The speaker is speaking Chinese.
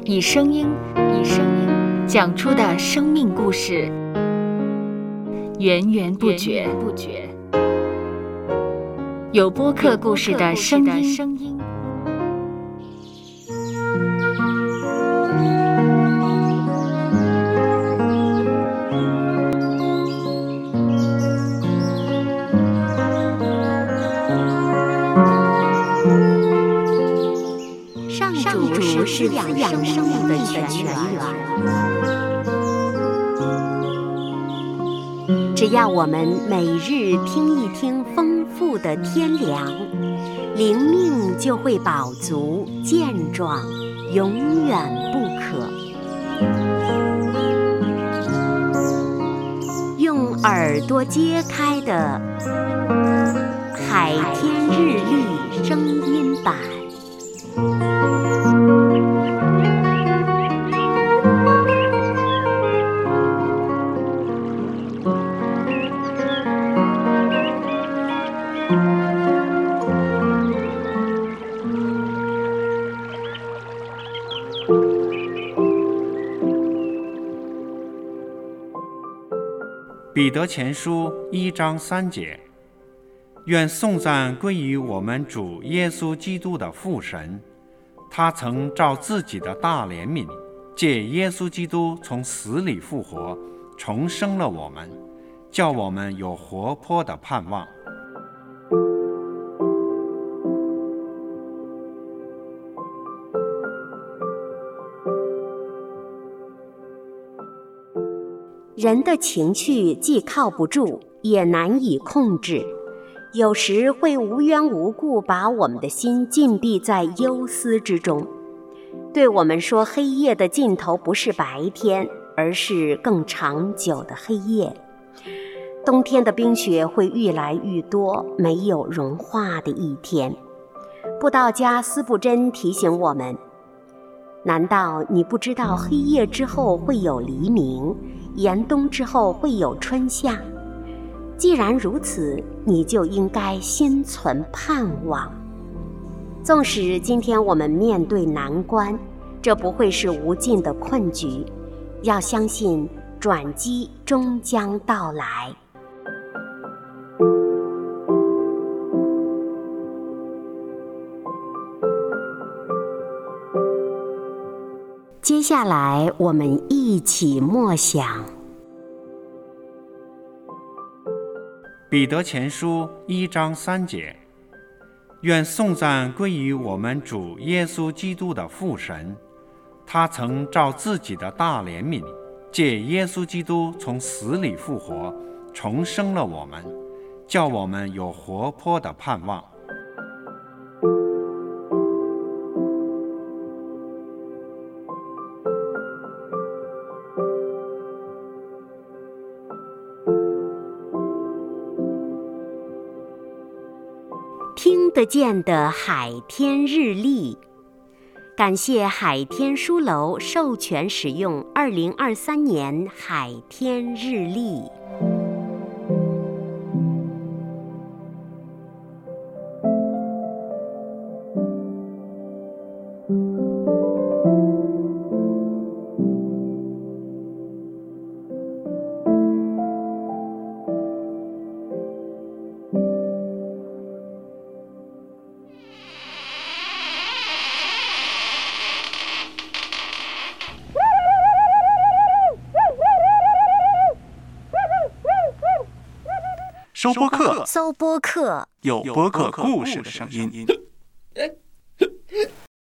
以声音讲出的生命故事，源源不绝。有播客故事的声音。上主是滋养生命的泉源。只要我们每日听一听丰富的天粮，灵命就会饱足健壮，永远不渴。用耳朵揭开的海天日历声音版。 彼得前书1章3节，愿颂赞归于我们主耶稣基督的父神，他曾照自己的大怜悯，借耶稣基督从死里复活，重生了我们，叫我们有活泼的盼望。 人的情绪既靠不住，也难以控制，有时会无缘无故把我们的心禁闭在忧思之中。对我们说，黑夜的尽头不是白天，而是更长久的黑夜。冬天的冰雪会愈来愈多，没有融化的一天。布道家司布真提醒我们，难道你不知道黑夜之后会有黎明，严冬之后会有春夏？既然如此，你就应该心存盼望。纵使今天我们面对难关，这不会是无尽的困局，要相信转机终将到来。接下来我们一起默想彼得前书1章3节，愿颂赞归于我们主耶稣基督的父神，他曾照自己的大怜悯，借耶稣基督从死里复活，重生了我们，叫我们有活泼的盼望。 听得见的海天日历，感谢海天书楼授权使用2023年海天日历。 搜播客，有播客故事的声音。